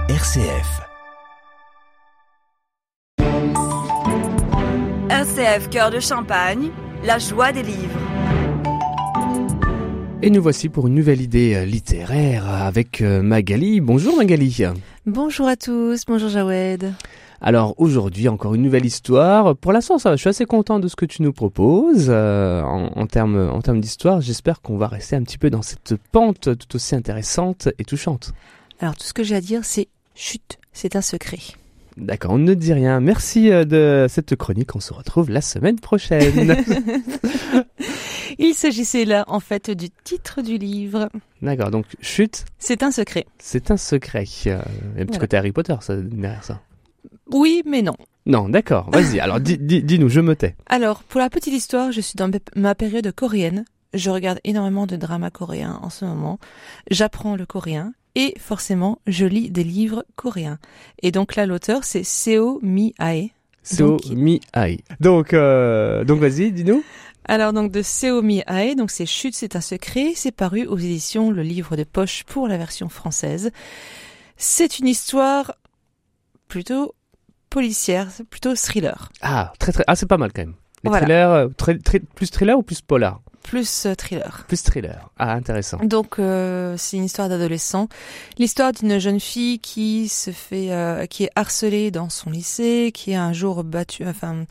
RCF. RCF Cœur de Champagne, la joie des livres. Et nous voici pour une nouvelle idée littéraire avec Magali. Bonjour Magali. Bonjour à tous, bonjour Jawed. Alors aujourd'hui encore une nouvelle histoire. Pour l'instant ça va, je suis assez content de ce que tu nous proposes en termes d'histoire. J'espère qu'on va rester un petit peu dans cette pente tout aussi intéressante et touchante. Alors tout ce que j'ai à dire c'est chut, c'est un secret. D'accord, on ne dit rien. Merci de cette chronique, on se retrouve la semaine prochaine. Il s'agissait là en fait du titre du livre. D'accord, donc chut. C'est un secret. C'est un secret. Il y a un petit côté Harry Potter ça, derrière ça. Oui, mais non. Non, d'accord, vas-y, alors dis-nous, je me tais. Alors, pour la petite histoire, je suis dans ma période coréenne. Je regarde énormément de dramas coréens en ce moment. J'apprends le coréen et forcément, je lis des livres coréens. Et donc là, l'auteur, c'est Seo Mi-ae. Seo Mi-ae. Donc vas-y, dis-nous. Alors donc de Seo Mi-ae, donc c'est Chut, c'est un secret. C'est paru aux éditions Le Livre de Poche pour la version française. C'est une histoire plutôt policière, plutôt thriller. Ah, c'est pas mal quand même. Les voilà. Thrillers, plus thriller ou plus polar? Plus thriller. Plus thriller. Ah, intéressant. Donc c'est une histoire d'adolescent. L'histoire d'une jeune fille qui se fait, qui est harcelée dans son lycée, qui est un jour battue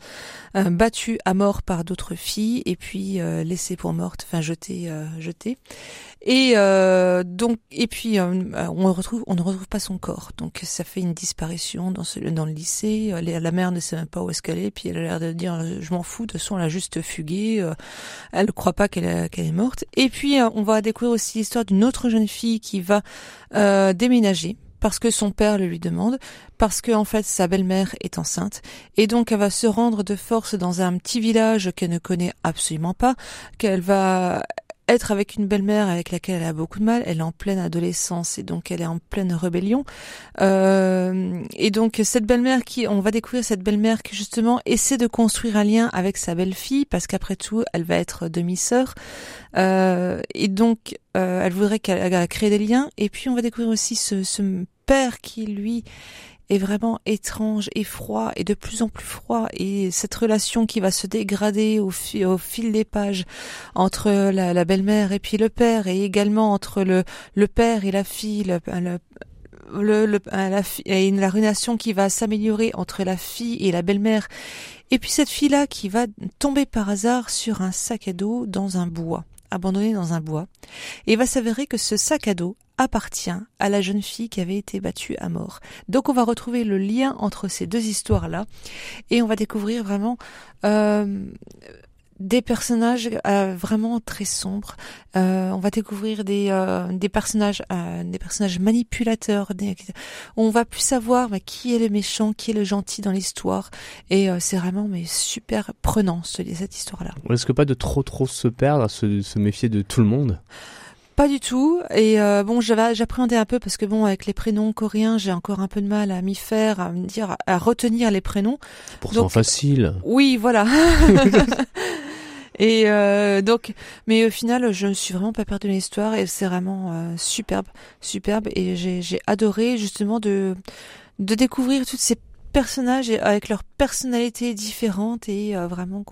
à mort par d'autres filles et puis laissée pour morte, jetée. Et puis on ne retrouve pas son corps. Donc ça fait une disparition dans le lycée. La mère ne sait même pas où est-ce qu'elle est. Puis elle a l'air de dire je m'en fous. De toute façon elle a juste fugué. Elle ne croit pas qu'elle est morte. Et puis on va découvrir aussi l'histoire d'une autre jeune fille qui va déménager. Parce que son père le lui demande, parce que en fait sa belle-mère est enceinte, et donc elle va se rendre de force dans un petit village qu'elle ne connaît absolument pas, qu'elle va être avec une belle-mère avec laquelle elle a beaucoup de mal, elle est en pleine adolescence et donc elle est en pleine rébellion. Et donc cette belle-mère on va découvrir cette belle-mère qui justement essaie de construire un lien avec sa belle-fille parce qu'après tout elle va être demi-sœur. Et donc elle voudrait qu'elle crée des liens. Et puis on va découvrir aussi ce père qui lui est vraiment étrange et froid et de plus en plus froid, et cette relation qui va se dégrader au fil des pages entre la belle-mère et puis le père, et également entre le père et la fille, et la relation qui va s'améliorer entre la fille et la belle-mère, et puis cette fille-là qui va tomber par hasard sur un sac à dos abandonné dans un bois, et il va s'avérer que ce sac à dos appartient à la jeune fille qui avait été battue à mort. Donc on va retrouver le lien entre ces deux histoires-là, et on va découvrir vraiment des personnages vraiment très sombres. On va découvrir des personnages manipulateurs. On va plus savoir qui est le méchant, qui est le gentil dans l'histoire. Et c'est vraiment super prenant cette histoire-là. On risque pas de trop se perdre, se méfier de tout le monde? Pas du tout. Et j'appréhendais un peu parce que avec les prénoms coréens, j'ai encore un peu de mal à m'y faire, à retenir les prénoms. Pourtant facile. Oui, voilà. Et mais au final, je ne suis vraiment pas perdue dans l'histoire et c'est vraiment superbe. Et j'ai adoré justement de découvrir tous ces personnages avec leurs personnalités différentes et vraiment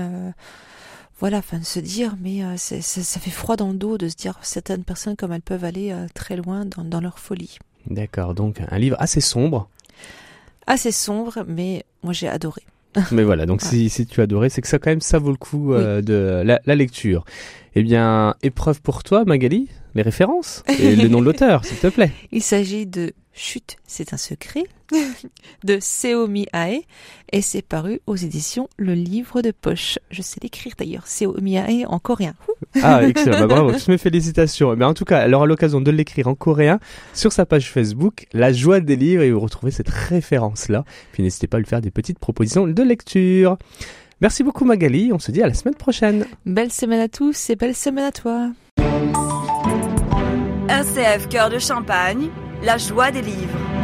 de se dire, mais ça fait froid dans le dos de se dire certaines personnes comme elles peuvent aller très loin dans leur folie. D'accord, donc un livre assez sombre. Assez sombre, mais moi j'ai adoré. Mais voilà, donc si tu as adoré, c'est que ça vaut le coup de la lecture. Eh bien, épreuve pour toi Magali, les références et le nom de l'auteur, s'il te plaît. Il s'agit de Chut, c'est un secret de Seo Mi-ae et c'est paru aux éditions Le Livre de Poche. Je sais l'écrire d'ailleurs, Seo Mi-ae en coréen. Ah, excellent, bravo, toutes mes félicitations. Mais en tout cas, elle aura l'occasion de l'écrire en coréen sur sa page Facebook, La Joie des Livres, et vous retrouvez cette référence-là. Puis n'hésitez pas à lui faire des petites propositions de lecture. Merci beaucoup Magali, on se dit à la semaine prochaine. Belle semaine à tous et belle semaine à toi. RCF Cœur de Champagne, la joie des livres.